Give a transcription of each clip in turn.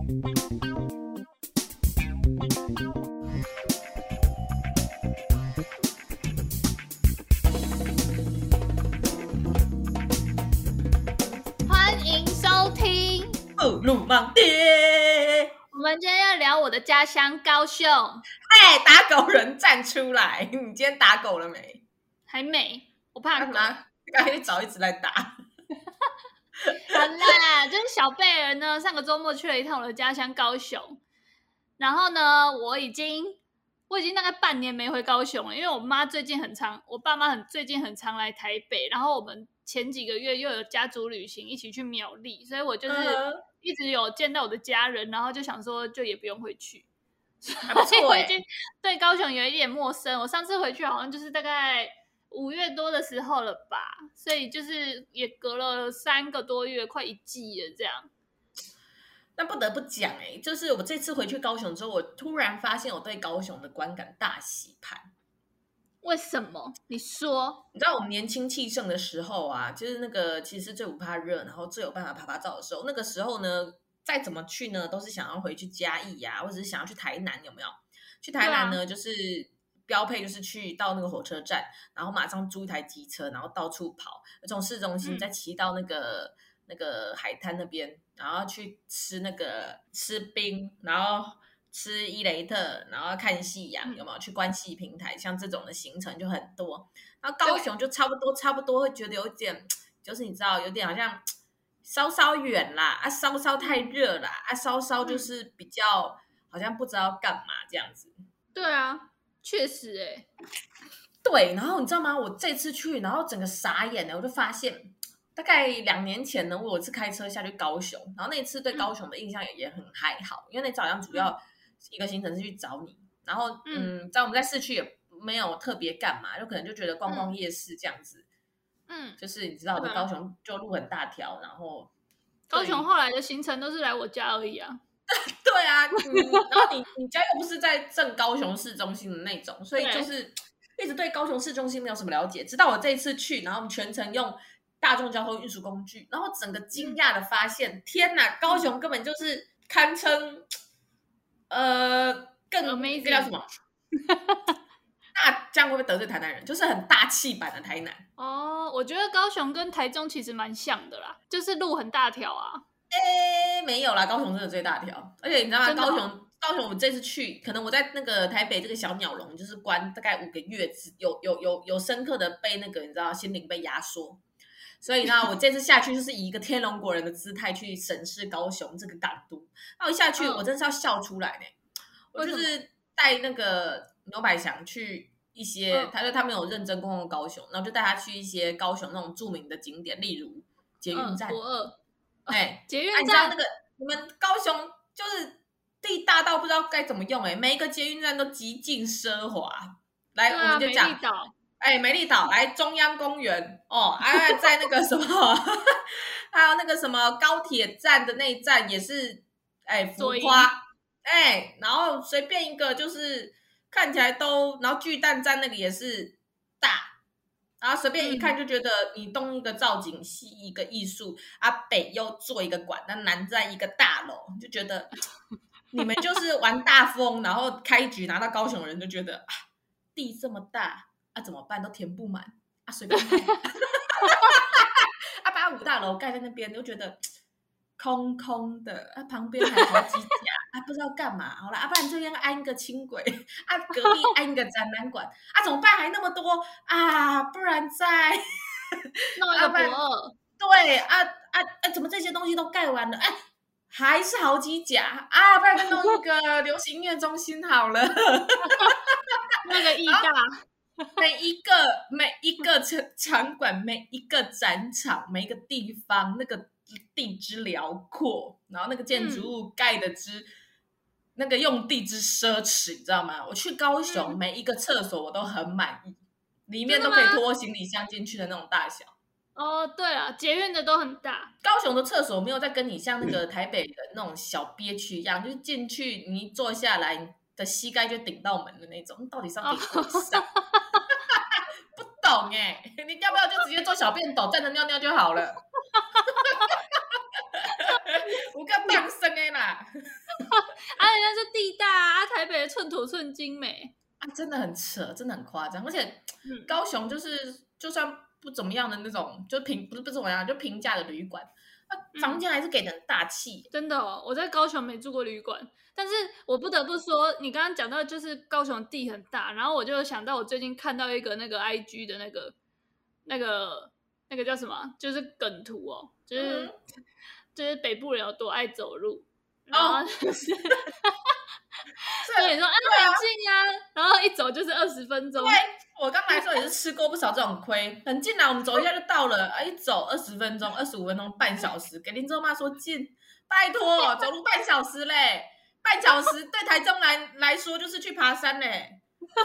欢迎收听布鲁芒爹。 我们今天要聊我的家乡高雄。 打狗人站出来！你今天打狗了没？ 还没，我怕狗。 刚才找一直在打。 好啦，就是小贝儿呢，上个周末去了一趟我的家乡高雄，然后呢，我已经大概半年没回高雄了，因为我妈最近很常，我爸妈最近很常来台北，然后我们前几个月又有家族旅行，一起去苗栗，所以我就是一直有见到我的家人，然后就想说，就也不用回去。 还不错我已经对高雄有一点陌生。我上次回去好像就是大概5月多的时候了吧，所以就是也隔了3个多月，快1季了这样。 但不得不讲就是我这次回去高雄之后，我突然发现我对高雄的观感大洗盘。 为什么？你说。 你知道我们年轻气盛的时候啊，就是那个其实最不怕热，然后最有办法拍照的时候，那个时候呢，再怎么去呢，都是想要回去嘉义啊，或者是想要去台南，有没有？去台南呢，就是标配就是去到那个火车站，然后马上租一台机车，然后到处跑，从市中心再骑到那个海滩那边，然后去吃冰，然后吃伊雷特，然后看夕阳，有没有？去观夕平台，像这种的行程就很多。然后高雄就差不多会觉得有点，就是你知道，有点好像稍远啦，稍太热啦，稍就是比较好像不知道干嘛这样子。 对啊，确实对，然后你知道吗？我这次去，然后整个傻眼了，我就发现。大概2年前呢，我有一次开车下去高雄，然后那一次对高雄的印象也很还好，因为那次好像主要一个行程是去找你，然后在我们在市区也没有特别干嘛，就可能就觉得逛逛夜市这样子，就是你知道的，高雄就路很大条，然后高雄后来的行程都是来我家而已啊。 对啊，然后你家又不是在正高雄市中心的那种，所以就是一直对高雄市中心没有什么了解，直到我这一次去，然后我们全程用大众交通运输工具，然后整个惊讶的发现，天哪，高雄根本就是堪称更 amazing 叫什么这样会不会得罪台南人？就是很大气版的台南哦。我觉得高雄跟台中其实蛮像的啦，就是路很大条啊。 没有啦，高雄真的最大条，而且你知道吗？高雄我这次去，可能我在那个台北这个小鸟笼，就是关大概5个月，有深刻的被那个你知道心灵被压缩。所以呢，我这次下去就是以一个天龙国人的姿态去审视高雄这个港都。那我一下去，我真是要笑出来呢。我就是带那个牛百祥去一些，他说他没有认真逛高雄，然后就带他去一些高雄那种著名的景点，例如捷运站。 国二。 捷运站。 你知道那个你们高雄就是地大到不知道该怎么用每一个捷运站都极尽奢华。来，我们就讲。美丽岛来中央公园在那个什么，还有那个什么高铁站的那一站也是浮夸然后随便一个就是看起来都，然后巨蛋站那个也是大，然后随便一看就觉得你东一个造景，西一个艺术北又做一个馆，那南在一个大楼，就觉得你们就是玩大风，然后开局拿到高雄的人就觉得地这么大。怎么办？都填不满随便盖把5大楼盖在那边，就觉得空空的旁边还好几家不知道干嘛。好了不然这边安一个轻轨隔壁安一个展览馆怎么办？还那么多不然再弄一个博二。 对怎么这些东西都盖完了还是好几家不然再弄一个流行音乐中心好了那个艺大每一个场馆，每一个展场，每一个地方，那个地之辽阔，然后那个建筑物盖的那个用地之奢侈，你知道吗？我去高雄，每一个厕所我都很满意，里面都可以拖行李箱进去的那种大小。 对啊，捷运的都很大。 高雄的厕所没有在跟你像那个台北的那种小憋屈一样，就是进去你一坐下来，你的膝盖就顶到门的那种，到底上顶多少？不懂你要不要就直接做小便斗，站着尿尿就好了？我个棒生啦！ 寸土寸金美啊，真的很扯，真的很夸张。而且高雄就是就算不怎么样的那种，就不怎么样，就平价的旅馆，房间还是给的很大气。 真的哦，我在高雄没住过旅馆，但是我不得不说，你刚刚讲到就是高雄地很大，然后我就想到我最近看到一个那个 IG 的那个叫什么，就是梗图哦，就是北部人有多爱走路，然后就是对你说很近啊，然后一走就是20分钟。 对，我刚来的时候也是吃过不少这种亏，很近啊，我们走一下就到了，一走20分钟、25分钟、半小时，给林州妈说近，拜托，走路半小时嘞，半小时对台中来说就是去爬山嘞。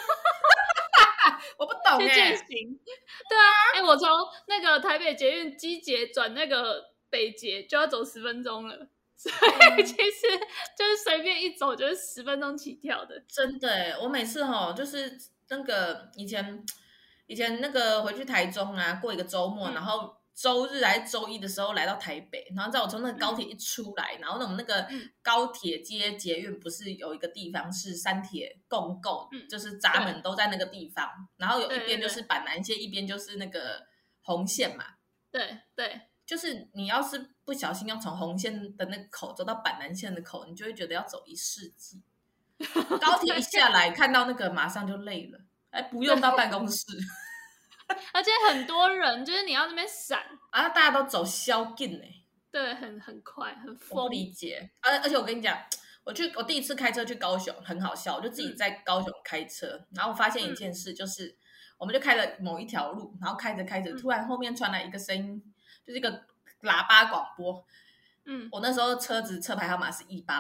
我不懂去践行，对啊，我从那个台北捷运基捷转那个北捷就要走10分钟了，所以其实就是随便一走就是10分钟起跳的。 真的耶，我每次就是那个以前那个回去台中啊，过一个周末，然后周日还是周一的时候来到台北，然后在我从那个高铁一出来，然后那种那个高铁接捷运不是有一个地方是三铁共构，就是闸门都在那个地方，然后有一边就是板南线，一边就是那个红线嘛。 对对， 就是你要是不小心要从红线的那个口走到板南线的口，你就会觉得要走1世纪。高铁一下来看到那个马上就累了，不用到办公室。 而且很多人就是你要那边闪啊，大家都走宵禁哎， 对，很快很疯。 我不理解，而且我跟你讲，我第一次开车去高雄很好笑，我就自己在高雄开车，然后我发现一件事，就是我们就开了某一条路，然后开着开着，突然后面传来一个声音，就是一个喇叭广播。我那时候车牌号码是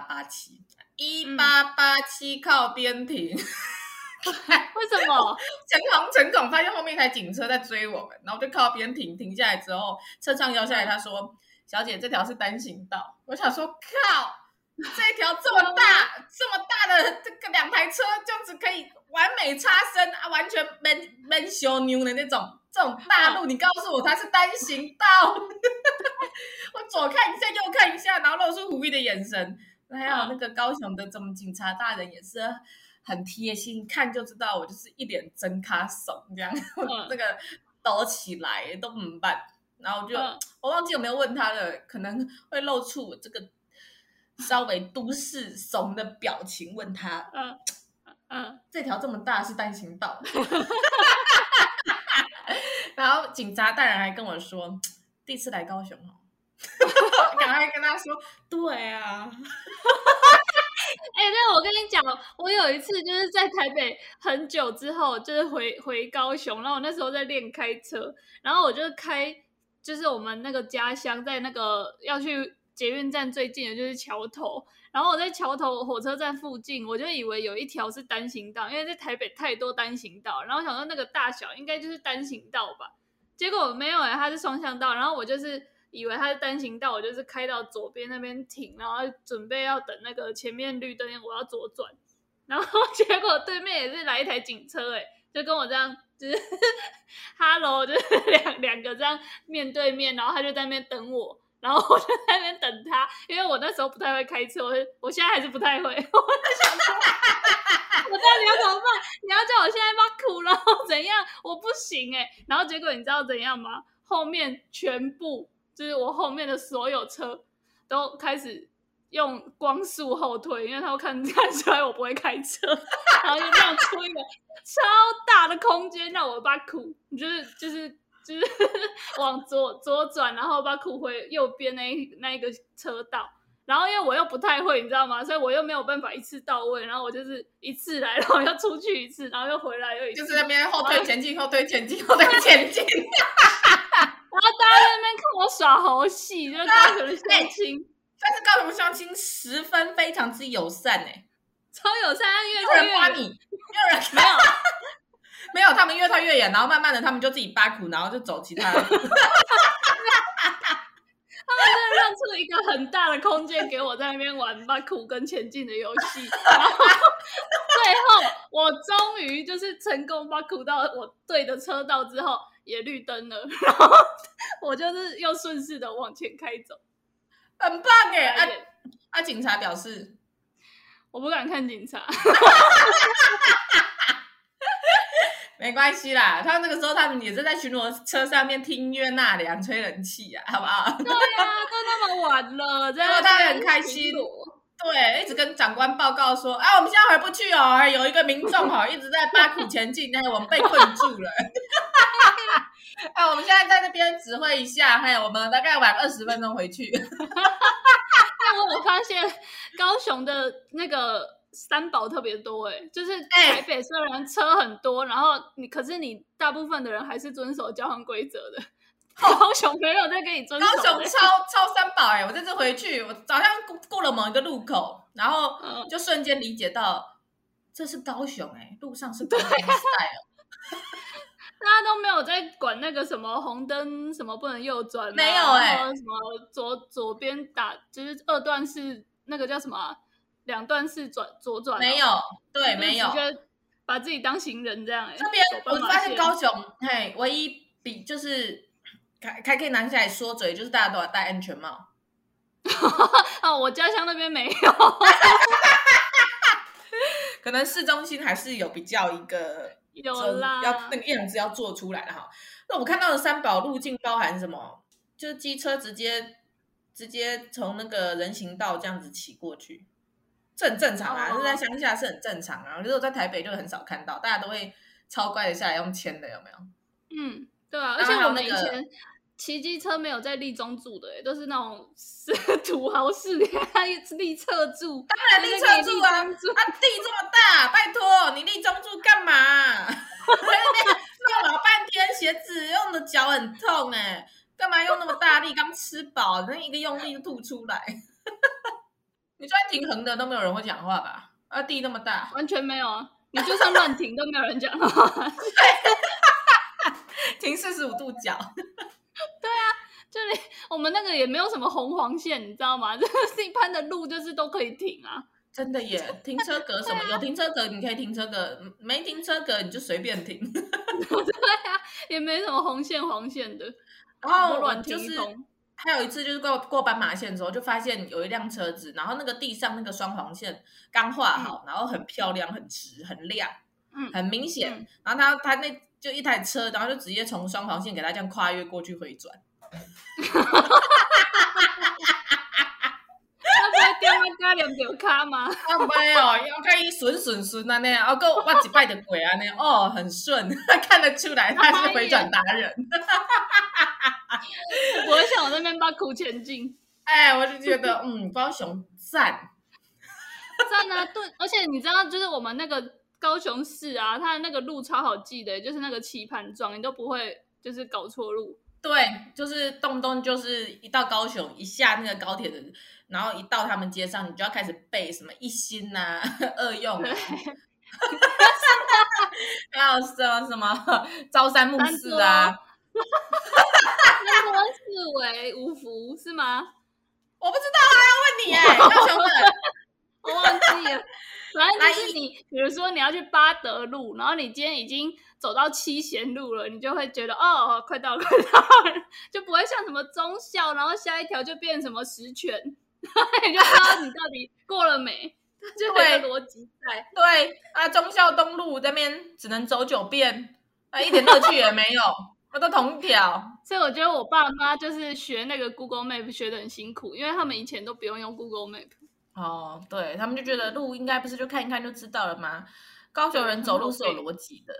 1887，1887靠边停。 为什么？ 诚恐发现后面一台警车在追我们，然后就靠边停下来之后，车上摇下来，他说：“小姐，这条是单行道。”我想说，靠，这一条这么大的这个2台车，这样子可以完美擦身啊，完全没修牛的那种，这种大路，你告诉我它是单行道？我左看一下，右看一下，然后露出狐疑的眼神。还有那个高雄的警察大人也是很贴心，看就知道我就是一脸真卡怂这样，这个抖起来都不办。然后我忘记有没有问他了，可能会露出我这个稍微都市怂的表情，问他，这条这么大是单行道。然后警察大人还跟我说，第一次来高雄哦。赶快跟他说，对啊。 但我跟你讲，我有一次就是在台北很久之后，就是回高雄，然后我那时候在练开车，然后我就开，就是我们那个家乡在那个要去捷运站最近的就是桥头，然后我在桥头火车站附近，我就以为有一条是单行道，因为在台北太多单行道，然后想说那个大小应该就是单行道吧，结果没有它是双向道，然后我就是以为它是单行道，我就是开到左边那边停，然后准备要等那个前面绿灯，我要左转，然后结果对面也是来一台警车，就跟我这样，就是hello，就是两个这样面对面，然后他就在那边等我，然后我就在那边等他，因为我那时候不太会开车，我现在还是不太会，我在想说，我到底要怎么办？你要叫我现在把苦，然后怎样？我不行然后结果你知道怎样吗？后面全部。就是我后面的所有车都开始用光速后退，因为他们看出来我不会开车，然后就这样出一个超大的空间让我把苦，就是往左转，然后把苦回右边那一个车道。然后因为我又不太会，你知道吗？所以我又没有办法一次到位，然后我就是一次来，然后又出去一次，然后又回来又一次， 就是那边后退前进，后退前进，后退前进。 然后大家在那边看我耍猴戏，就是高雄的相亲， 但是高雄相亲10分非常之友善超友善，越有人夸你，有人没有，他们越退越远，然后慢慢的他们就自己扒苦，然后就走其他的。 他们就让出一个很大的空间给我在那边玩把苦跟前进的游戏，然后最后我终于就是成功把苦到我对的车道之后也绿灯了，然后我就是又顺势的往前开走， 很棒警察表示， 我不敢看警察。 没关系啦，他那个时候他们也是在巡逻车上面听音乐纳凉、吹冷气啊，好不好？ 对啊，都那么晚了， 然后他也很开心，对，一直跟长官报告说，我们现在回不去哦，有一个民众一直在八苦前进，我们被困住了。我们现在在那边指挥一下，我们大概晚20分钟回去。 但我发现高雄的那个三宝特别多，就是台北虽然车很多，然后可是你大部分的人还是遵守交通规则的。高雄没有在跟你遵守。 高雄超三宝我这次回去，我早上过了某一个路口，然后就瞬间理解到这是高雄路上是高雄 style。 大家都没有在管那个什么红灯什么不能右转， 没有什么左边打就是2段式那个叫什么2段式左转， 没有，对，没有， 直接把自己当行人这样。 这边我发现高雄唯一比就是还可以拿下来说嘴，就是大家都要戴安全帽。 我家乡那边没有。 可能市中心还是有比较一个有啦， 要那个样子要做出来的哈。那我看到的三宝路径包含什么？就是机车直接从那个人行道这样子骑过去，这很正常啊。这在乡下是很正常啊。可是我在台北就很少看到，大家都会超乖的下来用牵的，有没有？ 对啊，而且我们以前骑机车没有在立中柱的，都是那种土豪式的，立侧柱。 当然立侧柱啊，地这么大，拜托你立中柱干嘛？弄老半天，鞋子用的脚很痛干嘛用那么大力？刚吃饱，那一个用力就吐出来。你专停横的都没有人会讲话吧？地那么大， 完全没有啊！你就算乱停都没有人讲话。 停45度角。 对啊，就是我们那个也没有什么红黄线，你知道吗？就是一般的路就是都可以停啊。 真的耶，停车格什么有停车格你可以停车格，没停车格你就随便停。 对啊，也没什么红线黄线的， 然后乱停一通。 还有一次就是过斑马线的时候，就发现有一辆车子，然后那个地上那个双黄线刚画好，然后很漂亮、很直、很亮，很明显。然后他那就一台车，然后就直接从双黄线给他这样跨越过去回转。 他不会掉到加两条卡吗？ 没有，要看伊顺啊那样，我一摆就过啊那样，很顺，看得出来他是回转达人。 不会像我那边把苦前进。 我就觉得高雄赞啊，对，而且你知道，就是我们那个高雄市啊，它的那个路超好记的，就是那个棋盘状，你都不会就是搞错路。 对，就是动不动就是一到高雄，一下那个高铁的，然后一到他们街上，你就要开始背什么一心啊、二用啊，还有什么朝三暮四啊。 三多四维五福是吗？ 我不知道啊，要问你高雄人。 我忘记了。反正就是你，比如说你要去八德路，然后你今天已经走到七贤路了，你就会觉得快到了，就不会像什么忠孝，然后下一条就变什么十全，你就知道你到底过了没，就有个逻辑在。 对啊，忠孝东路这边只能走9遍，一点乐趣也没有，我都同一条。 所以我觉得我爸妈就是学那个 Google Map 学得很辛苦，因为他们以前都不用 Google Map。 对，他们就觉得路应该不是就看一看就知道了吗？高雄人走路是有逻辑的。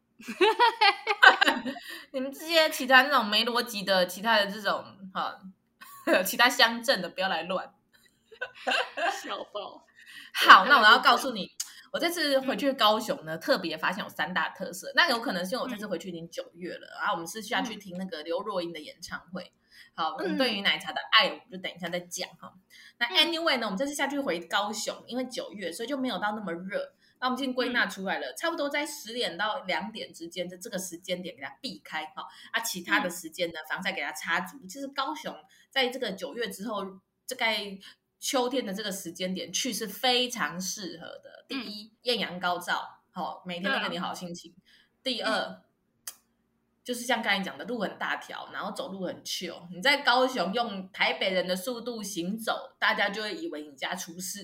你们这些其他那种没逻辑的，其他的这种其他乡镇的不要来乱。 小爆。 好，那我要告诉你，我这次回去高雄呢，特别发现有3大特色。那有可能是因为我这次回去已经9月了，然后我们是下去听那个刘若英的演唱会。好，对于奶茶的爱，我们就等一下再讲哈。那 anyway 呢，我们这次下去回高雄，因为9月，所以就没有到那么热。那我们已经归纳出来了，差不多在10点到2点之间的这个时间点给它避开哈。其他的时间呢，防晒给它插足。其实高雄在这个9月之后，这个秋天的这个时间点去是非常适合的。第一，艳阳高照，每天都给你好心情。第二，就是像刚才讲的，路很大条，然后走路很 chill。你在高雄用台北人的速度行走，大家就会以为你家出事。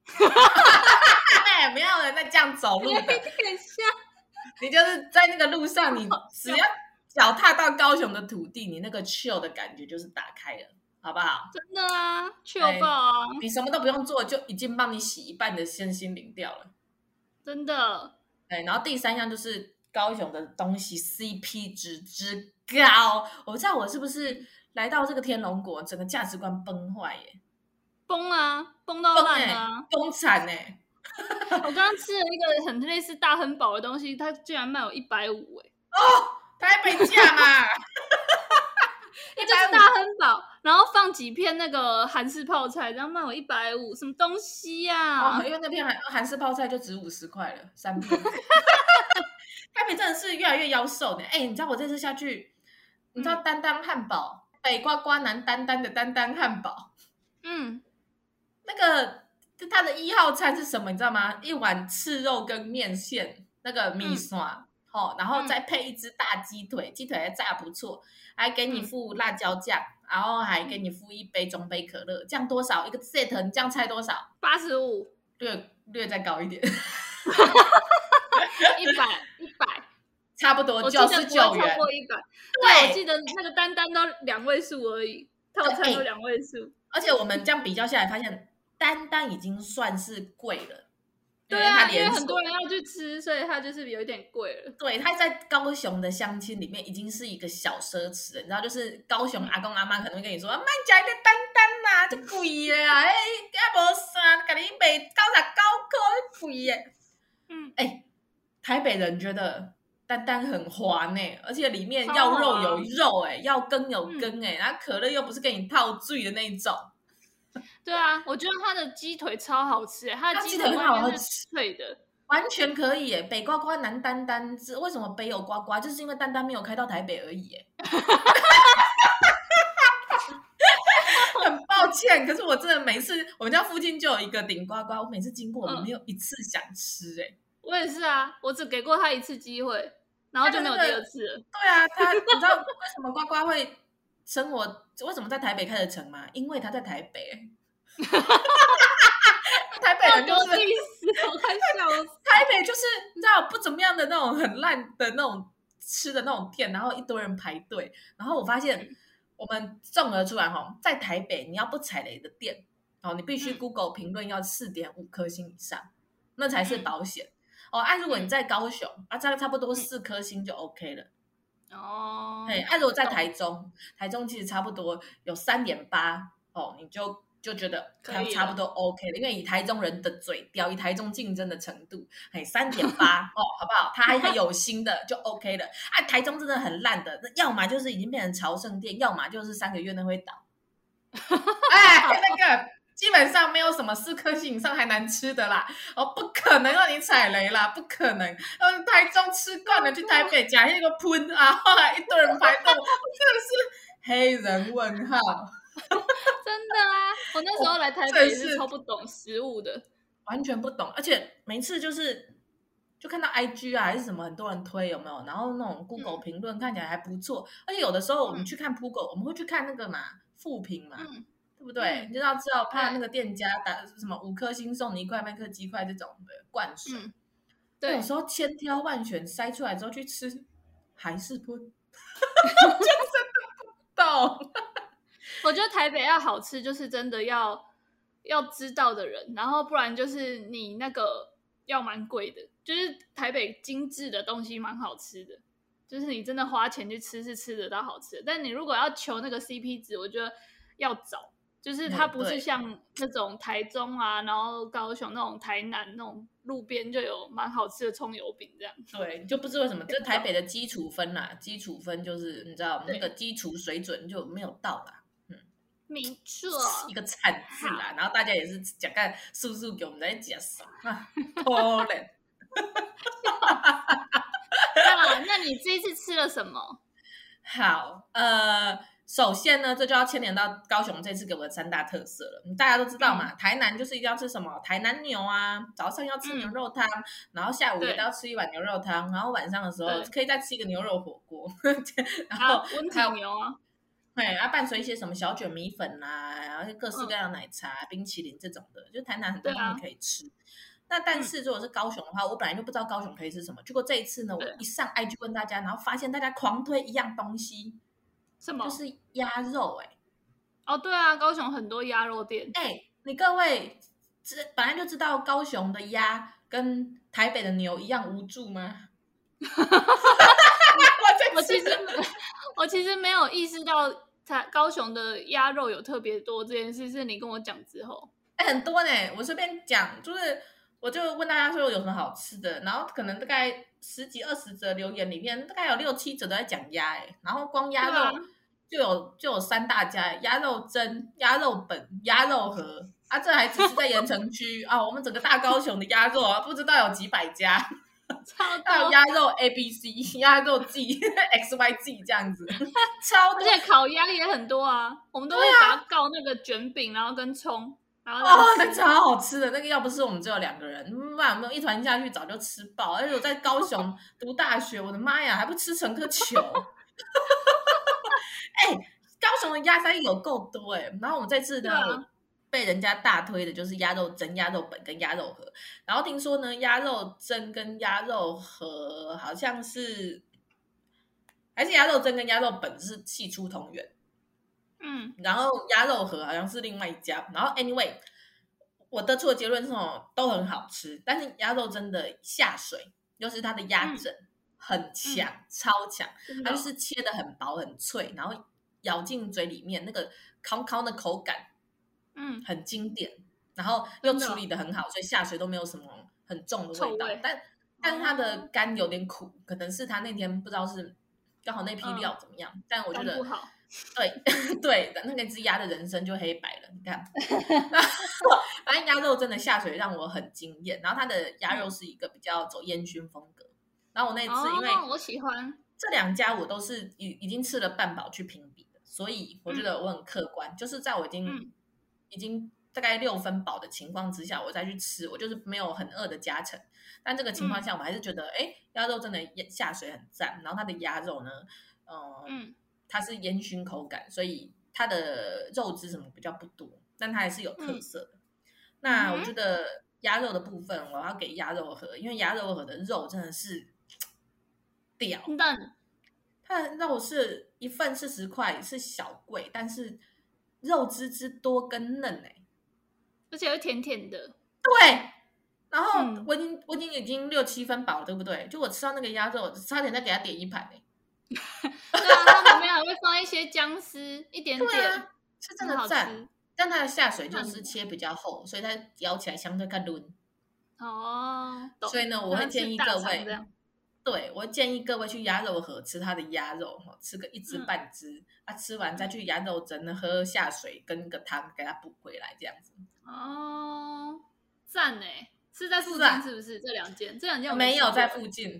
哎，没有人在这样走路的， 有点像。 你就是在那个路上，你只要脚踏到高雄的土地，你那个 chill 的感觉就是打开了，好不好？ 真的啊，chill 爆啊！ 你什么都不用做，就已经帮你洗一半的身心灵掉了。 真的。 对，然后第三项就是高雄的东西 CP 值之高，我不知道我是不是来到这个天龙国，整个价值观崩坏耶， 崩啊，崩到烂啊， 崩惨哎！ 我刚刚吃了一个很类似大亨堡的东西，它居然卖我150哎！ 哦，台北价嘛， 那就是大亨堡，然后放几片那个韩式泡菜，然后卖我150，什么东西呀、 哦，因为那片韩式泡菜就值50块了，3片。台北真的是越来越妖兽呢。哎，你知道我这次下去，你知道丹丹汉堡，北瓜瓜南丹丹的丹丹汉堡，那个它的1号餐是什么？你知道吗？一碗赤肉跟面线，那个米线。然后再配一只大鸡腿，鸡腿还炸不错，还给你附辣椒酱，然后还给你附一杯中杯可乐，这样多少一个 set？ 你这样猜多少 ？85， 略再高一点，100，差不多99元， 超过100。对，我记得那个单单都2位数而已，套餐都2位数。 而且我们这样比较下来，发现单单已经算是贵了。 对啊，因为很多人要去吃，所以它就是有一点贵了。 对，它在高雄的乡亲里面已经是一个小奢侈了，你知道，就是高雄阿公阿妈可能会跟你说，卖加一个丹丹啦，这贵的啊，哎，也无啥，给你卖99块，贵耶。台北人觉得丹丹很滑呢，而且里面要肉有肉，要羹有羹，然后可乐又不是给你套醉的那一种。 对啊，我觉得它的鸡腿超好吃，它的鸡腿很好吃， 脆的， 完全可以耶。北瓜瓜南丹丹，为什么北有瓜瓜？就是因为丹丹没有开到台北而已耶。很抱歉，可是我真的每次我们家附近就有一个顶呱呱，我每次经过我没有一次想吃哎。 我也是啊，我只给过他1次机会，然后就没有第2次了。 对啊，你知道为什么呱呱会生活？为什么在台北开得成吗？因为他在台北。台北人就是我快笑死。 台北就是你知道不怎么样的那种很烂的那种吃的那种店，然后一堆人排队。然后我发现我们综合出来在台北你要不踩雷的店你必须 Google 评论要4.5颗星以上，那才是保险如果你在高雄差不多4颗星就 OK 了。如果在台中其实差不多有3.8你就觉得差不多 OK 了，因为以台中人的嘴调，以台中竞争的程度，3.8好不好？它还有新的就 OK 了。台中真的很烂的，要么就是已经变成朝圣店，要么就是3个月内会倒。那个基本上没有什么4颗星以上还难吃的啦，不可能让你踩雷啦，不可能。台中吃惯了，去台北夹那个喷后来一堆人排队，真的是黑人问号。 真的啊，我那时候来台北也是超不懂食物的， 完全不懂，而且每次就看到 IG 还是什么很多人推有没有，然后那种 Google 评论看起来还不错，而且有的时候我们去看 Google，我们会去看那个嘛负评嘛，对不对？你就要知道怕那个店家打什么5颗星送你1块麦克鸡块这种的灌水，对，有时候千挑万选筛出来之后去吃还是不，我就真的不懂。 我觉得台北要好吃，就是真的要知道的人，然后不然就是你那个要蛮贵的。就是台北精致的东西蛮好吃的，就是你真的花钱去吃是吃得到好吃的。但你如果要求那个 CP 值，我觉得要找，就是它不是像那种台中啊，然后高雄那种台南那种路边就有蛮好吃的葱油饼这样。 对，就不知为什么这台北的基础分啦，基础分就是你知道那个基础水准就没有到啦。 没错， 一个惨字啦，然后大家也是讲个速速给我们在讲什么，可怜。 那你这一次吃了什么？ 好，首先呢，这就要牵连到高雄这次给我的3大特色了。大家都知道嘛，台南就是一定要吃什么台南牛啊，早上要吃牛肉汤，然后下午也要吃一碗牛肉汤，然后晚上的时候可以再吃一个牛肉火锅，然后温体牛啊。 对，伴随一些什么小卷米粉啦，然后各式各样的奶茶、冰淇淋这种的，就台南很多东西可以吃。那但是如果是高雄的话，我本来就不知道高雄可以吃什么，结果这一次呢，我一上 IG 问大家，然后发现大家狂推一样东西， 什么？ 就是鸭肉。 哦，对啊，高雄很多鸭肉店。 你各位本来就知道高雄的鸭跟台北的牛一样无助吗？ 我其实没有意识到高雄的鸭肉有特别多这件事，是你跟我讲之后。 很多呢，我随便讲，就是我就问大家说有什么好吃的，然后可能大概10几20则留言里面，大概有6、7则都在讲鸭，然后光鸭肉就有3大家，鸭肉蒸、鸭肉本、鸭肉盒啊，这还只是在盐城区啊，我们整个大高雄的鸭肉啊，不知道有几百家。还有鸭肉 ABC、鸭肉 G、XYZ 这样子，超多。 而且烤鸭也很多啊，我们都会把它告那个卷饼，然后跟葱，然后那超好吃的。那个要不是我们只有2个人，不然我们一团下去早就吃饱。而且我在高雄读大学，我的妈呀，还不吃成颗球！高雄的鸭菜有够多然后我们这次呢，被人家大推的就是鸭肉蒸、鸭肉本跟鸭肉盒。然后听说呢，鸭肉蒸跟鸭肉盒好像是还是鸭肉蒸跟鸭肉本是系出同源，然后鸭肉盒好像是另外一家。然后 anyway， 我得出的结论是都很好吃，但是鸭肉蒸的下水，就是它的鸭胗很强，超强，它就是切的很薄很脆，然后咬进嘴里面那个烤烤的口感。很经典，然后又处理的很好，所以下水都没有什么很重的味道。但是它的肝有点苦，可能是他那天不知道是刚好那批料怎么样。但我觉得对，那只鸭的人生就黑白了。你看，反正鸭肉真的下水让我很惊艳。然后它的鸭肉是一个比较走烟熏风格。然后我那次因为我喜欢这2家，我都是已经吃了半饱去评比的，所以我觉得我很客观，就是在我已经大概6分饱的情况之下，我再去吃，我就是没有很饿的加成。但这个情况下，我还是觉得，鸭肉真的下水很赞。然后它的鸭肉呢，它是烟熏口感，所以它的肉汁什么比较不多，但它还是有特色的。那我觉得鸭肉的部分，我要给鸭肉盒，因为鸭肉盒的肉真的是屌。它的肉是1份40块，是小贵，但是肉汁之多跟嫩而且会甜甜的。 对，然后我已经6、7分饱了，对不对？就我吃到那个鸭肉，差点再给它点1盘对啊，它旁边还会放一些姜丝，一点点。 对啊，是真的赞。但它的下水就是切比较厚，所以它咬起来相对更嫩。所以呢，我会建议各位。对，我建议各位去鸭肉盒吃它的鸭肉，吃个1只半只，吃完再去鸭肉蒸喝下水跟个汤给它补回来，这样子。 赞是在附近是不是？这两间我没有在附近，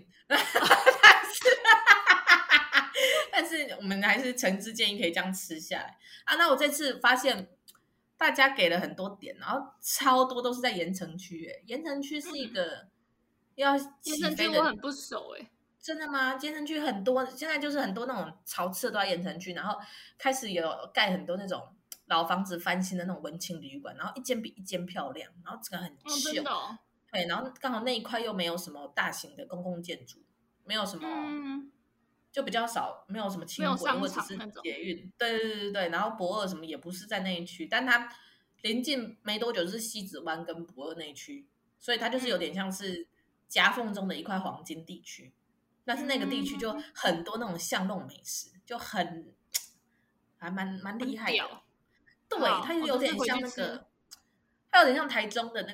但是我们还是诚挚建议可以这样吃下来那我这次发现大家给了很多点，然后超多都是在盐城区盐城区是一个。要盐城区我很不熟真的吗？盐城区很多，现在就是很多那种潮吃的都在盐城区，然后开始有盖很多那种老房子翻新的那种文青旅馆，然后一间比一间漂亮，然后这个很秀。 真的对，然后刚好那一块又没有什么大型的公共建筑，没有什么，就比较少，没有什么轻轨或者是捷运。对，然后駁二什么也不是在那一区，但它临近没多久就是西子湾跟駁二那一区，所以它就是有点像是夹缝中的一块黄金地区，但是那个地区就很多那种巷弄美食，就还蛮厉害的。对，它有点像那个，它有点像台中的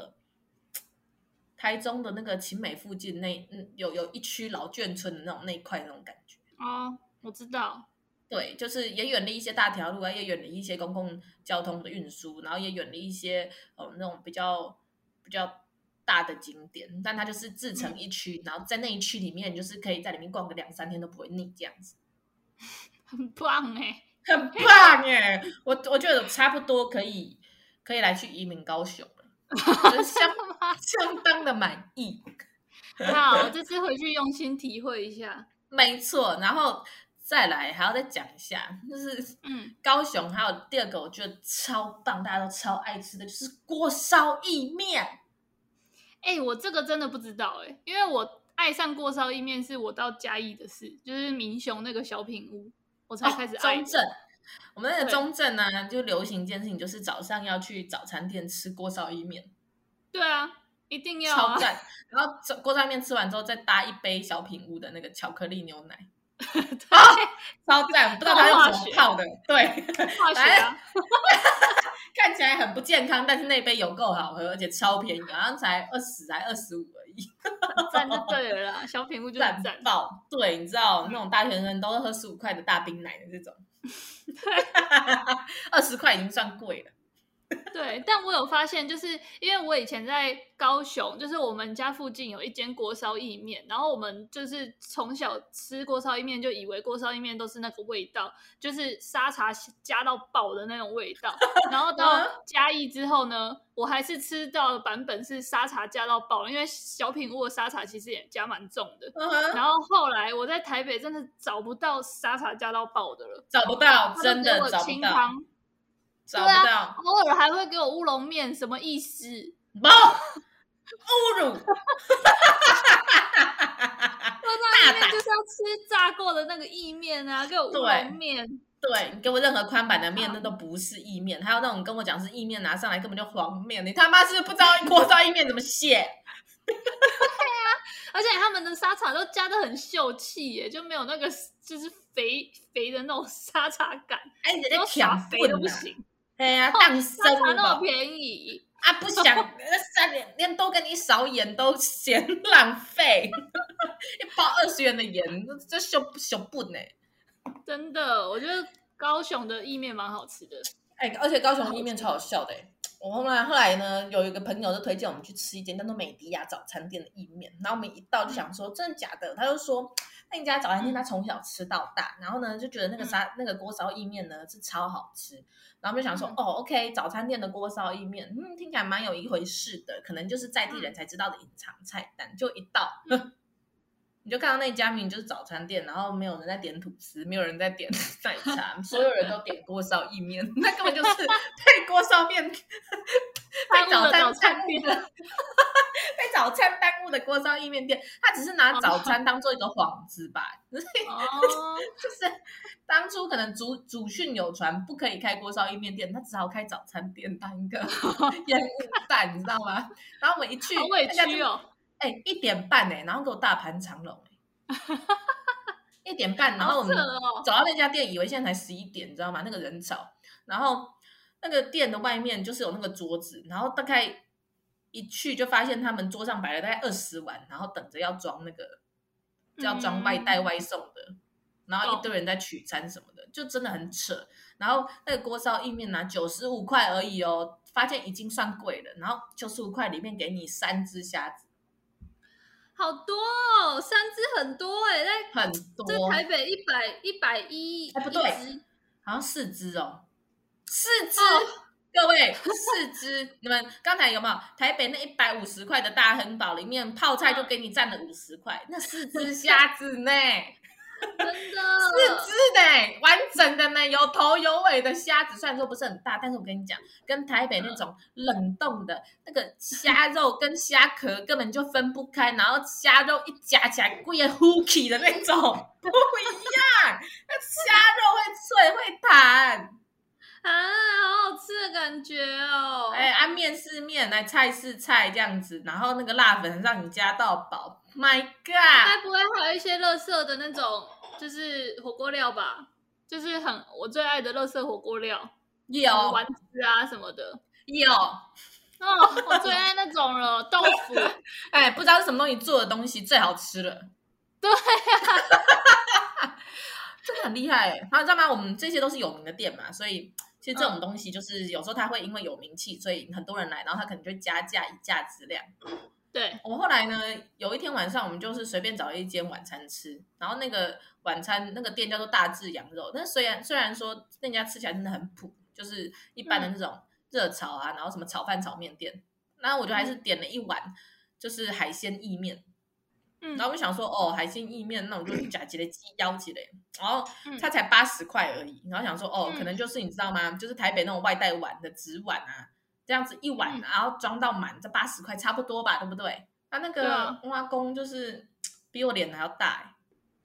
那个勤美附近有一区老眷村的那一块那种感觉。 我知道。 对，就是也远离一些大条路也远离一些公共交通的运输，然后也远离一些那种比较大的景点，但它就是自成一区，然后在那一区里面，就是可以在里面逛个2、3天都不会腻，这样子， 很棒很棒我觉得差不多可以来去移民高雄了，就是相当的满意。 好，我这次回去用心体会一下。 没错，然后再来还要再讲一下，就是高雄还有第二个我觉得超棒，大家都超爱吃的就是锅烧意面。 我这个真的不知道因为我爱上锅烧意面是我到嘉义的事，就是民雄那个小品屋我才开始爱中正。我们那个中正呢，就流行一件事情，就是早上要去早餐店吃锅烧意面。 对啊，一定要超赞。然后锅烧意面吃完之后，再搭一杯小品屋的那个巧克力牛奶，超赞！不知道他用什么泡的，对， 化学啊， 看起来很不健康，但是那杯有够好喝，而且超便宜，好像才20还25而已， 很赞就对了啦。小品屋就是赞爆，对，你知道那种大学生都是喝15块的大冰奶的这种，20块已经算贵了。 对，但我有发现，就是因为我以前在高雄，就是我们家附近有一间锅烧意面，然后我们就是从小吃锅烧意面就以为锅烧意面都是那个味道，就是沙茶加到爆的那种味道。然后到嘉义之后呢，我还是吃到的版本是沙茶加到爆，因为小品屋的沙茶其实也加蛮重的。然后后来我在台北真的找不到沙茶加到爆的了， 找不到，真的找不到。 对啊，偶尔还会给我乌龙面，什么意思？ 侮辱！我那意面就是要吃炸过的那个意面啊，给我乌龙面。 对，你给我任何宽版的面，那都不是意面。还有那种跟我讲是意面，拿上来根本就黄面，你他妈是不知道锅烧意面怎么写？ 对啊，而且他们的沙茶都加得很秀气耶，就没有那个就是肥肥的那种沙茶感。 你在挑肥都不行。 哎呀，当生沙那么便宜啊！不想连多跟你少盐都嫌浪费，一包20元的盐，这小笨呢。 真的，我觉得高雄的意面蛮好吃的。 而且高雄意面超好笑的。我后来呢，有一个朋友就推荐我们去吃一间叫做美迪亚早餐店的意面，然后我们一到就想说真的假的，他就说那家早餐店他从小吃到大，然后呢就觉得那个锅烧意面呢是超好吃，然后我们就想说OK 早餐店的锅烧意面，听起来蛮有一回事的，可能就是在地人才知道的隐藏菜单，就一到你就看到那家明明就是早餐店，然后没有人在点吐司，没有人在点奶茶，所有人都点锅烧意面，那根本就是被锅烧面被早餐耽误的，被早餐耽误的锅烧意面店，他只是拿早餐当做一个幌子吧，就是当初可能祖训有传，不可以开锅烧意面店，他只好开早餐店当一个烟雾弹，你知道吗？然后我们一去， 好委屈哦。 1点半然后给我大排长龙1点半，然后我们走到那家店，以为现在才11点，你知道吗？那个人潮，然后那个店的外面就是有那个桌子，然后大概一去就发现他们桌上摆了大概20碗，然后等着要装那个要装外带外送的，然后一堆人在取餐什么的，就真的很扯。然后那个锅烧意面拿95块而已哦，发现已经算贵了，然后95块里面给你3只虾子。 好多哦，3只很多很多， 在台北110， 不对，好像4只哦，4只，各位4只，你们刚才有没有台北那150块的大亨堡里面泡菜就给你占了50块，那4只虾子呢？ 真的 4只的完整的呢，有头有尾的虾子，虽然说不是很大，但是我跟你讲，跟台北那种冷冻的那个虾肉跟虾壳根本就分不开，然后虾肉一夹起来贵呼起的那种不一样，那虾肉会脆会弹啊，好好吃的感觉哦。 面是面，菜是菜这样子，然后那个辣粉让你加到饱。My God！ 该不会还有一些垃圾的那种，就是火锅料吧？就是我最爱的垃圾火锅料， 有丸子啊什么的， 有我最爱那种了，豆腐。 不知道是什么东西做的东西最好吃了。 对啊， 真的很厉害然后你知道吗？我们这些都是有名的店嘛，所以其实这种东西就是有时候它会因为有名气，所以很多人来，然后他可能就加价以价质量。 对， 我们后来呢，有一天晚上，我们就是随便找了一间晚餐吃，然后那个晚餐那个店叫做大致羊肉，但虽然说那家吃起来真的很普，就是一般的那种热炒啊，然后什么炒饭、炒面店，然后我就还是点了一碗就是海鲜意面， 然后我想说哦，海鲜意面，那我就夹几个鸡腰起来，然后嗯它才80块而已，然后想说哦，可嗯能就是你知道吗？就是台北那种外带碗的纸碗啊，这样子一碗，然后装到满，这80块差不多吧，对不对？他那对啊， 个翁阿公就是比我脸还要大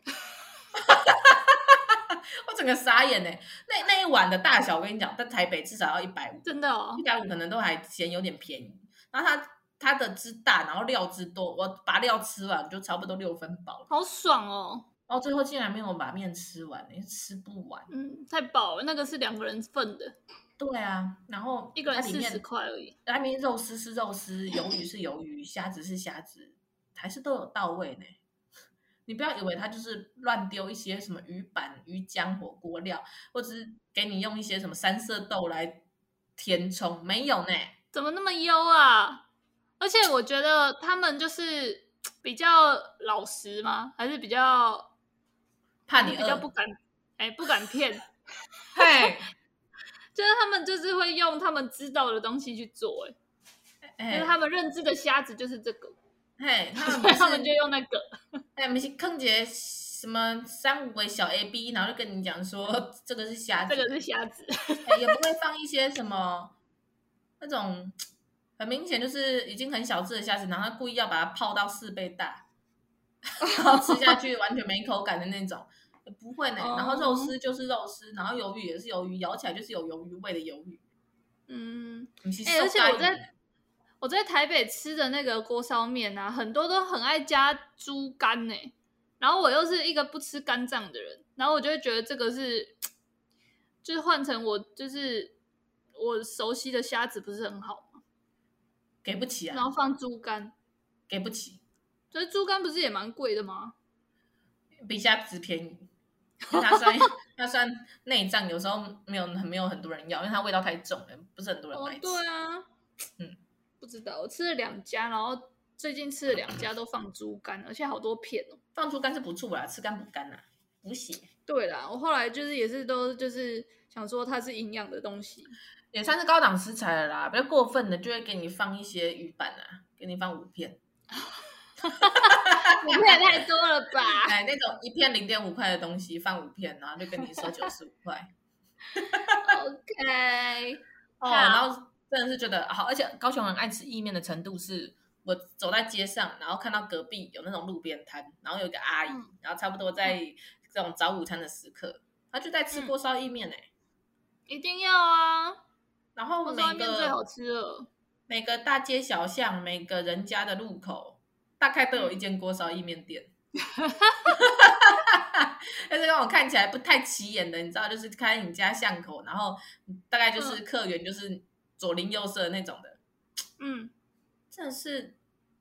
我整个傻眼哎！那一碗的大小，我跟你讲，在台北至少要150， 真的哦， 150可能都还嫌有点便宜。然后它的汁大，然后料汁多，我把料吃完就差不多6分饱了。 好爽哦。 然后最后竟然没有把面吃完，吃不完。 太饱了，那个是2个人份的， 对啊，然后一个人它里面 40块而已。 它里面肉丝是肉丝，鱿鱼是鱿鱼，虾子是虾子，还是都有到位呢。你不要以为它就是乱丢一些什么鱼板、鱼浆、火锅料，或者是给你用一些什么三色豆来填充，没有呢。 怎么那么优啊？而且我觉得他们就是比较老实吗？还是比较怕你饿， 比较不敢骗？ 嘿， 就是他们就是会用他们知道的东西去做，就是他们认知的虾子就是这个， 嘿， 他们就用那个， 不是坑姐什么3、5个小 AB， 然后就跟你讲说这个是虾子， 这个是虾子， 也不会放一些什么那种很明显就是已经很小只的虾子，然后他故意要把它泡到4倍大，然后吃下去完全没口感的那种，也不会呢。然后肉丝就是肉丝，然后鱿鱼也是鱿鱼，咬起来就是有鱿鱼味的鱿鱼。 而且我在台北吃的那个锅烧面啊，很多都很爱加猪肝呢。然后我又是一个不吃肝脏的人，然后我就会觉得这个就是换成就是我熟悉的虾子不是很好吗？ 给不起啊！ 然后放猪肝， 给不起。 所以猪肝不是也蛮贵的吗？ 比虾子便宜，它算内脏，有时候没有很多人要，因为它味道太重了，不是很多人爱吃。 对啊，不知道，我吃了2家，然后最近吃了2家都放猪肝，而且好多片哦。 放猪肝是不错啦，吃肝补肝啦，补血。 对啦，我后来也是都就是想说它是营养的东西， 也算是高档食材了啦。比较过分的就会给你放一些鱼板啊，给你放5片 5片也太多了吧？ 哎，那种1片0.5块的东西放5片，然后就跟你收95块。 OK， 然后真的是觉得好，而且高雄人爱吃意面的程度是，我走在街上，然后看到隔壁有那种路边摊，然后有一个阿姨，然后差不多在这种早午餐的时刻，她就在吃锅烧意面一定要啊！ 然后锅烧意面最好吃了， 每个大街小巷，每个人家的路口，大概都有一间锅烧意面店。但是让我看起来不太起眼的，你知道，就是开你家巷口，然后大概就是客源就是左邻右舍的那种的，真的是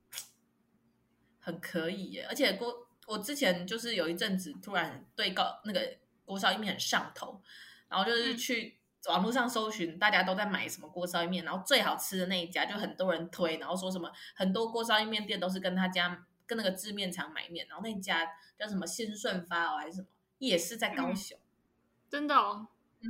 很可以耶。而且我之前就是有一阵子突然对那个锅烧意面很上头，然后就是去网络上搜寻大家都在买什么锅烧意面，然后最好吃的那一家就很多人推，然后说什么很多锅烧意面店都是跟那个制面厂买面，然后那家叫什么新顺发还是什么，也是在高雄， 真的哦，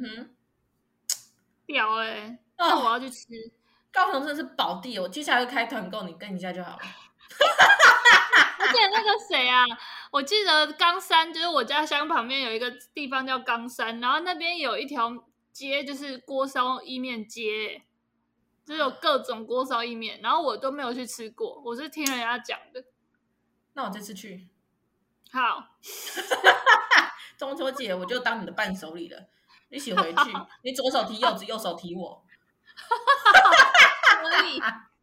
屌那我要去吃。 高雄真的是宝地，我接下来会开团购，你跟一下就好了。 而且那个谁啊，我记得冈山就是我家乡旁边有一个地方叫冈山，然后那边有一条街就是锅烧意面街，就是有各种锅烧意面，然后我都没有去吃过，我是听人家讲的。 那我这次去， 好， 中秋节我就当你的伴手礼了，一起回去，你左手提柚子，右手提我， 可以，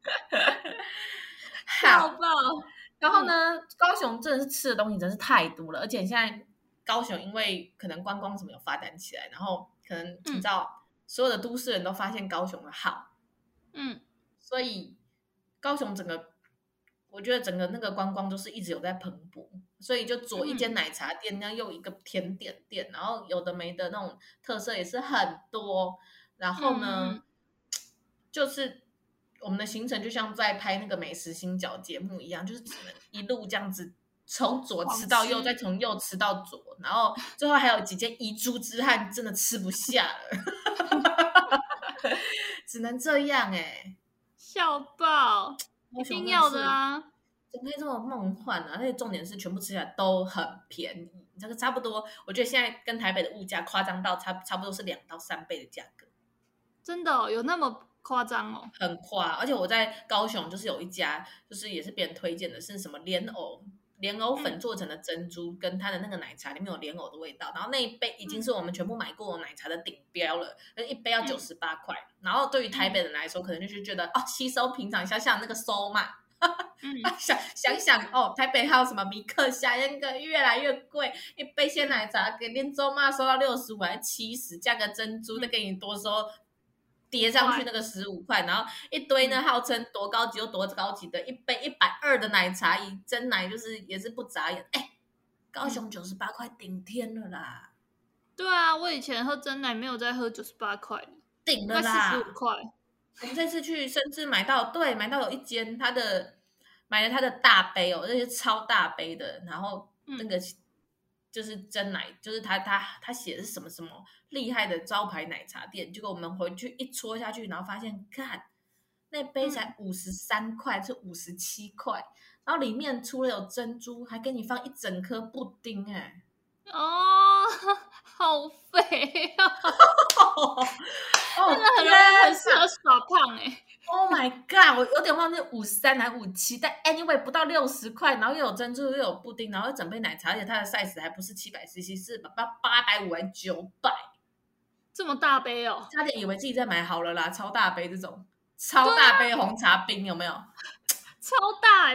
好爆！ 然后呢，高雄真的是吃的东西真是太多了，而且现在高雄因为可能观光什么有发展起来，然后可能你知道，所有的都市人都发现高雄的好，所以高雄我觉得整个那个观光就是一直有在蓬勃，所以就左一间奶茶店，那又一个甜点店，然后有的没的那种特色也是很多。然后呢，就是我们的行程就像在拍那个美食新角节目一样，就是只能一路这样子从左吃到右，再从右吃到左，然后最后还有几间遗珠之憾，真的吃不下了，只能这样笑爆！一定要的啊！ 怎么可以这么梦幻呢？而且重点是全部吃起来都很便宜，这个差不多，我觉得现在跟台北的物价夸张到差不多是2到3倍的价格。 真的有那么夸张哦？ 很夸，而且我在高雄就是有一家，就是也是别人推荐的，是什么莲藕粉做成的珍珠，跟它的那个奶茶里面有莲藕的味道，然后那一杯已经是我们全部买过的奶茶的顶标了，一杯要98块。然后对于台北人来说，可能就是觉得哦，稀松平常，像那个收嘛。想哦，台北还有什么米克夏，那个越来越贵，一杯鲜奶茶给连周嘛收到65还70，加个珍珠再给你多收。叠上去那个15块，然后一堆呢，号称多高级又多高级的，一杯120的奶茶，以真奶就是也是不眨眼。高雄98块顶天了啦！ 对啊，我以前喝真奶没有再喝98块的， 顶了啦 ，45块。 我们这次去甚至买到有一间买了他的大杯哦，那些超大杯的，然后那个就是真奶，就是他写的是什么什么厉害的招牌奶茶店，结果我们回去一戳下去，然后发现看那杯才53块，是57块，然后里面除了有珍珠，还给你放一整颗布丁， 哦，好肥哦！真的很适合耍胖 Oh my god！ 我有点忘记53还57，但 anyway 不到60块，然后又有珍珠又有布丁，然后又整杯奶茶，而且它的 size 还不是700cc， 是850还900， 这么大杯哦！ 差点以为自己在买好了啦，超大杯这种超大杯红茶冰有没有？ 超大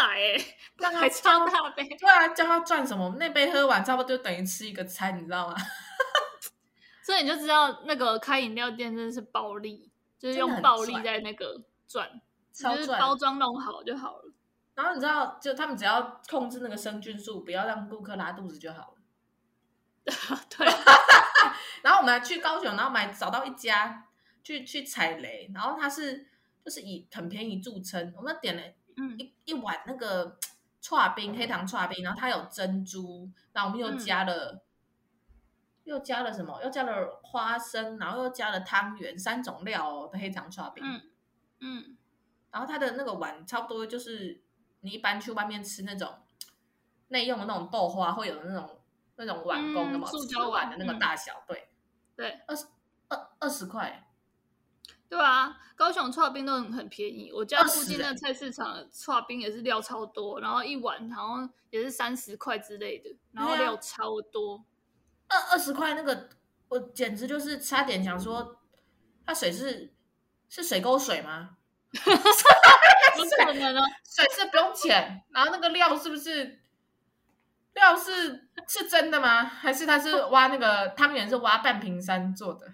800还超大杯。 对啊，叫他赚什么？那杯喝完差不多就等于吃一个餐，你知道吗？ 所以你就知道那个开饮料店真的是暴利，就是用暴利在那个赚，就是包装弄好就好了。 然后你知道，就他们只要控制那个生菌数，不要让顾客拉肚子就好了。 对。 然后我们还去高雄，然后找到一家去踩雷，然后它就是以很便宜著称，我们点了一碗那个剉冰黑糖剉冰，然后它有珍珠，然后我们又加了。又加了什么？又加了花生，然后又加了汤圆，3种料的黑糖剉冰。然后它的那个碗差不多就是你一般去外面吃那种内用的那种豆花会有的那种碗公的嘛， 塑胶碗的那个大小， 对 ，20块。 对啊，高雄剉冰都很便宜，我家附近的菜市场的剉冰也是料超多，然后一碗好像也是30块之类的，然后料超多。 20块那个，我简直就是差点想说，它水是水沟水吗？ 不可能啊！ 水是不用钱，然后那个料是不是料是真的吗？还是它是挖那个汤圆是挖半屏山做的？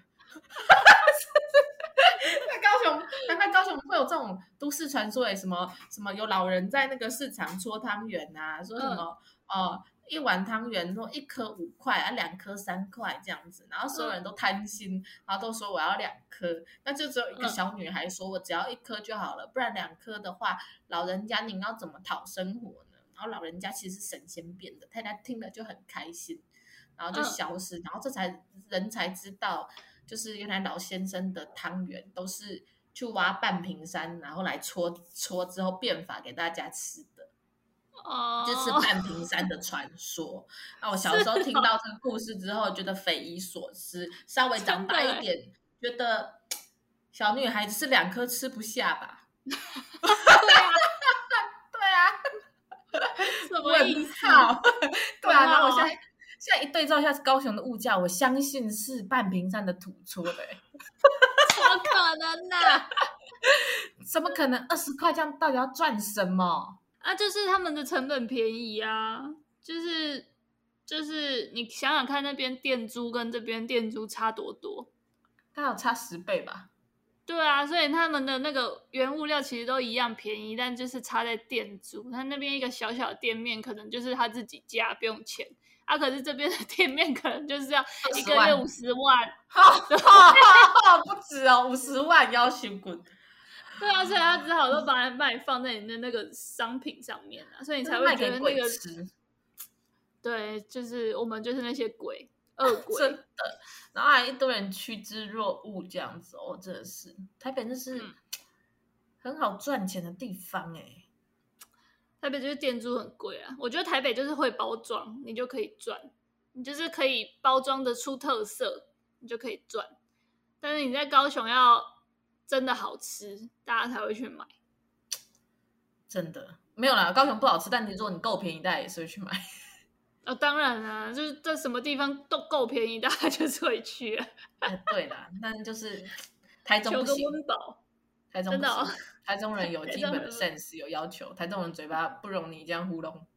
难怪高雄会有这种都市传说，什么有老人在那个市场搓汤圆啊，说什么一碗汤圆说1颗5块啊，2颗3块这样子，然后所有人都贪心，然后都说我要2颗，那就只有一个小女孩说我只要1颗就好了，不然2颗的话，老人家您要怎么讨生活呢？然后老人家其实是神仙变的，太太听了就很开心，然后就消失，然后人才知道，就是原来老先生的汤圆都是去挖半屏山，然后来搓之后变法给大家吃的。就是半屏山的传说。那我小时候听到这个故事之后，觉得匪夷所思。稍微长大一点，觉得小女孩子是2颗吃不下吧？对啊， 什么意思？ 对啊，然后我现在一对照一下高雄的物价，我相信是半屏山的土搓的。 怎么可能呢？ 怎么可能20块？这样到底要赚什么？ 就是他们的成本便宜啊，就是你想想看，那边店租跟这边店租差多多， 它有差10倍吧？ 对啊，所以他们的那个原物料其实都一样便宜，但就是差在店租。他那边一个小小的店面可能就是他自己家不用钱可是这边的店面可能就是要一个月50万， 不止哦，50万要求滚。 对啊，所以他只好都把你放在你的那个商品上面所以你才会觉得那个对，就是我们就是那些鬼恶鬼， 真的，然后还一堆人趋之若鹜这样子真的是台北那是很好赚钱的地方台北就是店租很贵啊。我觉得台北就是会包装，你就可以赚，你就是可以包装的出特色，你就可以赚。但是你在高雄要真的好吃，大家才会去买。 真的没有啦，高雄不好吃，但如果你够便宜，大家也是会去买。 当然啦，就是在什么地方都够便宜，大家就是会去了。 对啦，但就是台中不求行， 个温饱， 台中不真的行，台中人有基本的 sense 有要求，台中人嘴巴不容你这样糊弄。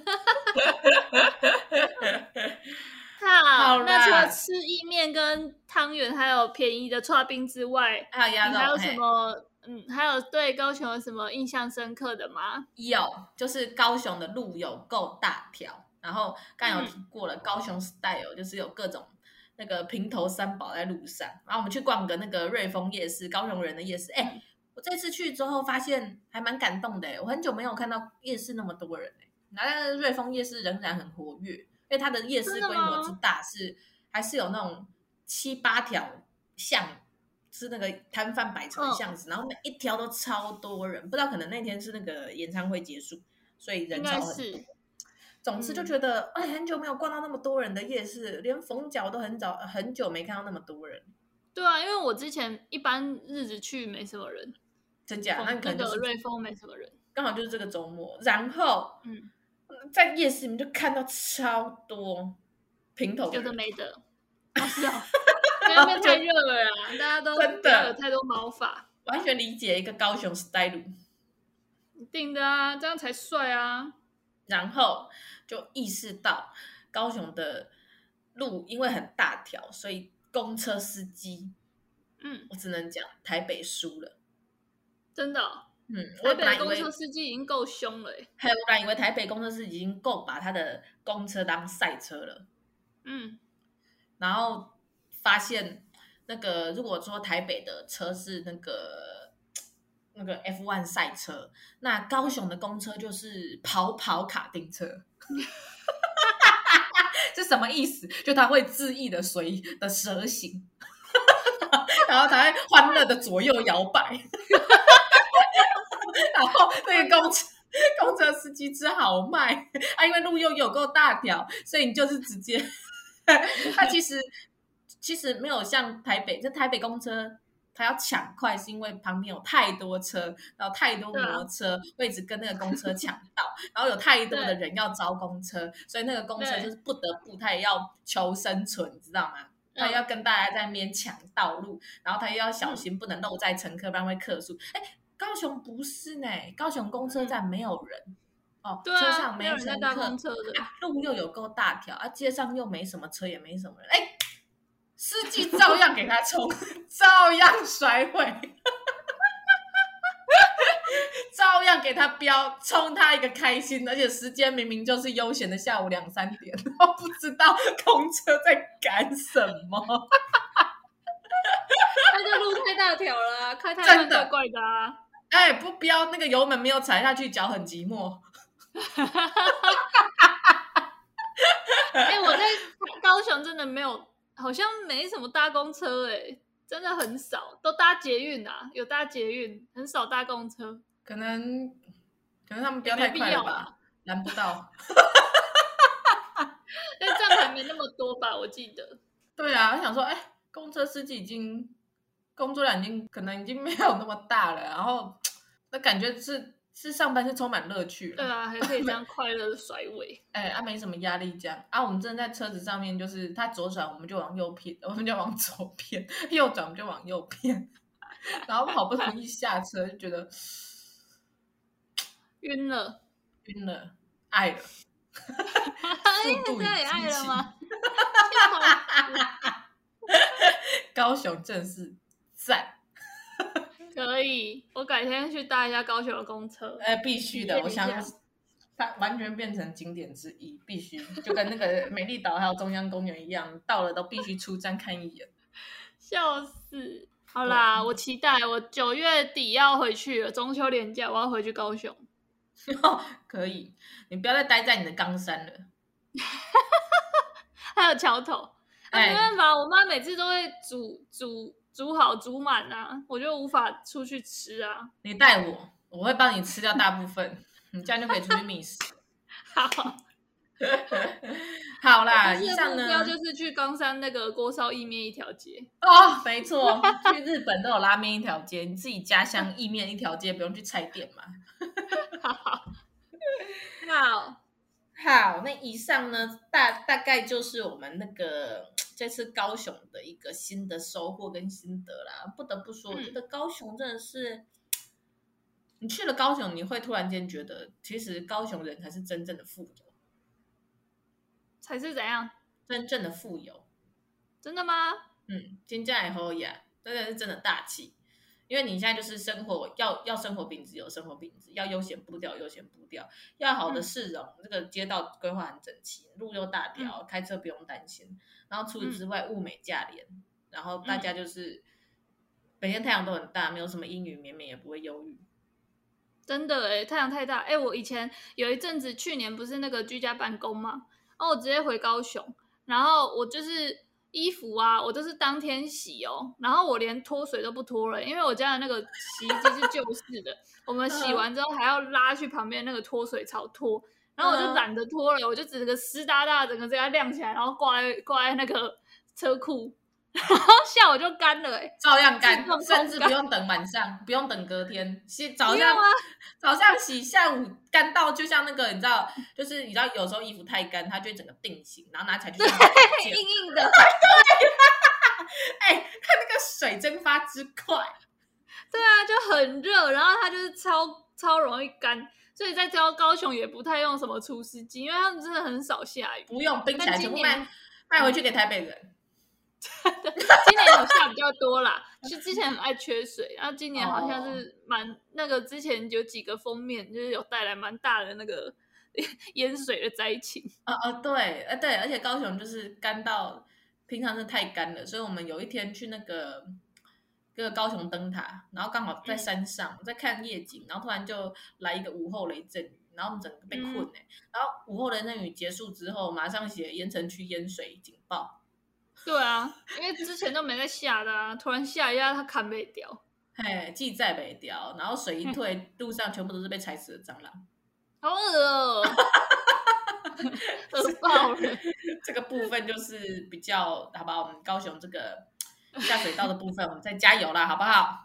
好，那除了吃意面跟汤圆，还有便宜的剉冰之外， 还有鸭肉， 你还有什么？还有对高雄有什么印象深刻的吗？ 有，就是高雄的路有够大条，然后刚才有提过了，高雄 style 就是有各种那个平头三宝在路上，然后我们去逛个那个瑞丰夜市，高雄人的夜市。我这次去之后发现还蛮感动的，我很久没有看到夜市那么多人，然后瑞丰夜市仍然很活跃，因为它的夜市规模之大，还是有那种7、8条巷。是那个摊贩摆成的巷子，然后每一条都超多人，不知道可能那天是那个演唱会结束，所以人潮很多。总之就觉得，很久没有逛到那么多人的夜市，连逢甲都很久没看到那么多人。 对啊，因为我之前一般日子去没什么人， 真假？那你可能就是瑞丰没什么人， 刚好就是这个周末。然后，在夜市里面就看到超多平头的人， 有的没的，是啊。那边太热了啦，大家都真的有太多毛发， 完全理解一个高雄 style， 一定的啊，这样才帅啊。 然后就意识到高雄的路因为很大条，所以公车司机，我只能讲台北输了， 真的。 我台北公车司机已经够凶了我本来以为台北公车司机已经够把他的公车当赛车了，然后发现那个如果说台北的车是那个 F1 赛车，那高雄的公车就是跑卡丁车。是什么意思？就它会恣意的随的蛇行，然后它会欢乐的左右摇摆，然后那个公车司机只好卖因为路又有够大条，所以你就是直接它其实没有像台北，就台北公车它要抢快，是因为旁边有太多车，然后太多摩托车位置跟那个公车抢到，然后有太多的人要招公车，所以那个公车就是不得不，他也要求生存，你知道吗？他要跟大家在那边抢道路，然后他又要小心不能漏载乘客，不然会客诉。高雄不是呢，高雄公车站没有人。车上没有乘客，路又有够大条街上又没什么车，也没什么人，司机照样给他冲，照样甩尾，照样给他飙，冲他一个开心，而且时间明明就是悠闲的下午2、3点，然后不知道公车在赶什么。 那个路太大条了，开太慢怪怪的啊！ 不飙，那个油门没有踩下去，脚很寂寞。 我在高雄真的没有，好像没什么搭公车真的很少，都搭捷运啊，有搭捷运，很少搭公车。 可能他们飙太快了吧，拦不到。 但站牌没那么多吧，我记得。 对啊，我想说，公车司机工作量可能已经没有那么大了，然后那感觉是上班是充满乐趣了。 对啊，还可以这样快乐的甩尾。 没什么压力这样我们真的在车子上面，就是他左转我们就往右偏，我们就往左偏，右转我们就往右偏，然后好不容易下车就觉得晕了， 爱了。速度与也爱了吗？ 高雄真是赞。 可以，我改天去搭一下高雄的公车。 必须的，我想它完全变成景点之一，必须就跟那个美丽岛还有中央公园一样，到了都必须出站看一眼。 笑死！好啦，我期待我9月底要回去了，中秋连假我要回去高雄。 可以，你不要再待在你的冈山了。 还有桥头，没办法，我妈每次都会煮好煮满啊，我就无法出去吃啊。 你带我会帮你吃掉大部分。 你这样就可以出去觅食。 好， 好啦， 这次的目以上呢标就是去冈山那个锅烧意面一条街。 哦，没错，去日本都有拉面一条街，你自己家乡意面一条街，不用去菜店嘛。 好， 好，那以上呢，大概就是我们那个这次高雄的一个新的收获跟心得啦。不得不说，我觉得高雄真的是，你去了高雄，你会突然间觉得，其实高雄人才是真正的富有， 才是怎样？ 真正的富有。 真的吗？ 金价也好呀，真的是真的大气。因为你现在就是生活要生活品质有生活品质，要悠闲步调有悠闲步调，要好的市容，这个街道规划很整齐，路又大条，开车不用担心。然后除此之外，物美价廉，然后大家就是每天太阳都很大，没有什么阴雨绵绵，也不会忧郁。 真的太阳太大我以前有一阵子，去年不是那个居家办公嘛，然后我直接回高雄，然后我就是衣服啊，我都是当天洗哦，然后我连脱水都不脱了，因为我家的那个洗衣机是旧式的，我们洗完之后还要拉去旁边那个脱水槽脱，然后我就懒得脱了，我就整个湿哒哒，整个这样晾起来，然后挂在那个车库，然后下午就干了照样干，甚至不用等晚上，不用等隔天，早上洗，下午干到就像那个你知道，就是你知道有时候衣服太干，它就会整个定型，然后拿起来就像硬硬的。 它那个水蒸发之快。 对啊，就很热，然后它就是超容易干，所以在高雄也不太用什么除湿机，因为他们真的很少下雨， 不用冰起来，全部卖回去给台北人。 今年有下比较多啦，就之前很爱缺水，然后今年好像是那个之前有几个封面，就是有带来蛮大的那个淹水的灾情。 对，而且高雄就是干到平常是太干了，所以我们有一天去那个高雄灯塔，然后刚好在山上在看夜景，然后突然就来一个午后雷阵雨，然后我们整个被困然后午后雷阵雨结束之后，马上写盐城区淹水警报。 对啊，因为之前都没在下的啊，突然下一下它砍不掉， 记载不掉，然后水一退，路上全部都是被踩死的蟑螂， 好恶哦，恶爆了。 这个部分就是比较好吧，我们高雄这个下水道的部分，我们再加油啦，好不好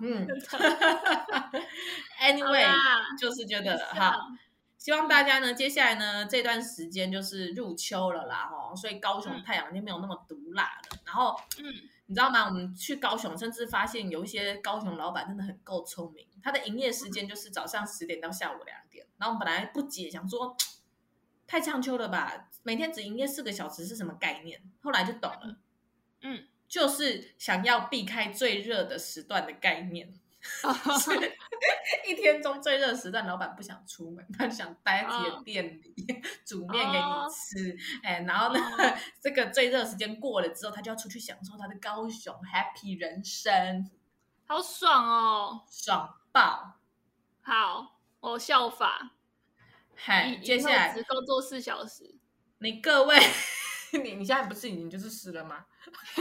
？Anyway， 就是觉得好。希望大家呢，接下来呢这段时间就是入秋了啦，所以高雄太阳就没有那么毒辣了。然后，你知道吗？我们去高雄，甚至发现有一些高雄老板真的很够聪明，他的营业时间就是早上10点到下午2点。然后我们本来不解，想说太唱秋了吧，每天只营业4个小时是什么概念？后来就懂了，就是想要避开最热的时段的概念。一天中最热时段，老板不想出门，他想待在自己的店里煮面给你吃。然后呢，这个最热时间过了之后，他就要出去享受他的高雄 happy 人生， 好爽哦， 爽爆！ 好，我效法。 接下来只工作4小时。 你各位，你现在不是已经就是湿了吗？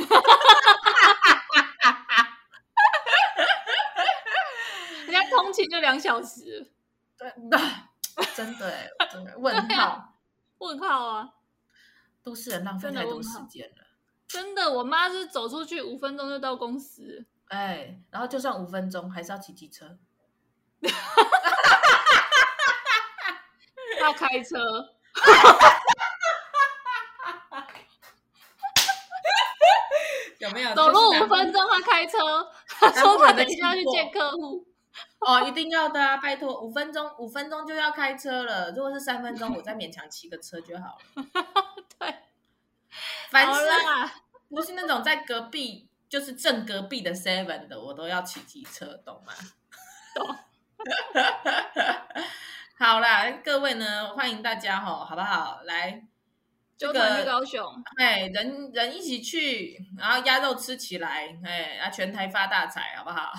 人家通勤就2小时， 对，真的问号， 问号啊！ 都市人浪费太多时间了， 真的，我妈是走出去5分钟就到公司， 然后就算5分钟，还是要骑机车， 要开车， 有没有？ 走路5分钟，他开车，他说他等一下去见客户。 一定要的啊！拜托，5分钟就要开车了。如果是3分钟，我再勉强骑个车就好了。 对， 凡是不是那种在隔壁，就是正隔壁的 Seven 的，我都要骑机车，懂吗？ 懂。 好啦，各位呢，欢迎大家好不好？来， 就去高雄， 人一起去，然后鸭肉吃起来，全台发大财，好不好？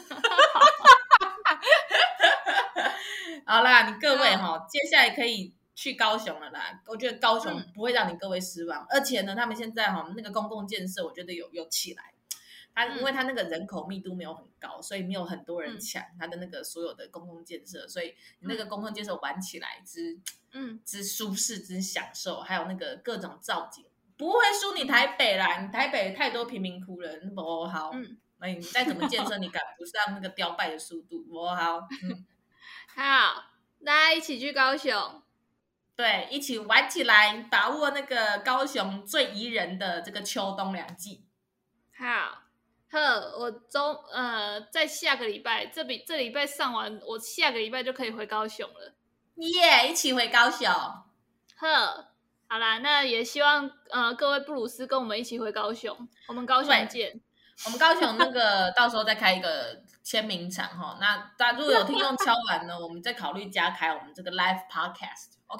好啦，你各位接下来可以去高雄了啦。我觉得高雄不会让你各位失望，而且呢，他们现在那个公共建设，我觉得有起来。 因为它那个人口密度没有很高，所以没有很多人抢它的那个所有的公共建设，所以你那个公共建设玩起来之舒适之享受，还有那个各种造景，不会输你台北啦。你台北太多贫民窟了，不好。你再怎么建设，你赶不上那个雕败的速度，不好。 好，大家一起去高雄。 对，一起玩起来，把握那个高雄最宜人的这个秋冬2季。 好，我在下个礼拜，这礼拜上完，我下个礼拜就可以回高雄了。 耶，一起回高雄。 好啦，那也希望各位布鲁斯跟我们一起回高雄，我们高雄见。 我们高雄那个到时候再开一个签名场哈，那大家如果有听众敲完呢，我们再考虑加开我们这个 live podcast，OK？、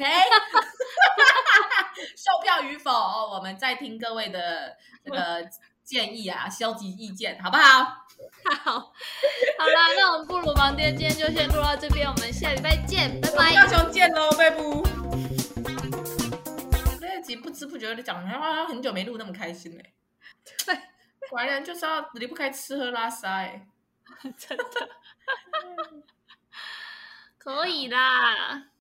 售票与否，我们再听各位的这个建议啊，消极意见，好不好？ 好啦，那我们布鲁盲店今天就先录到这边，我们下礼拜见，拜拜。 高雄见喽，拜拜。这一集不知不觉的讲，很久没录那么开心嘞。 对。 果然就是要离不开吃喝拉撒真的可以啦。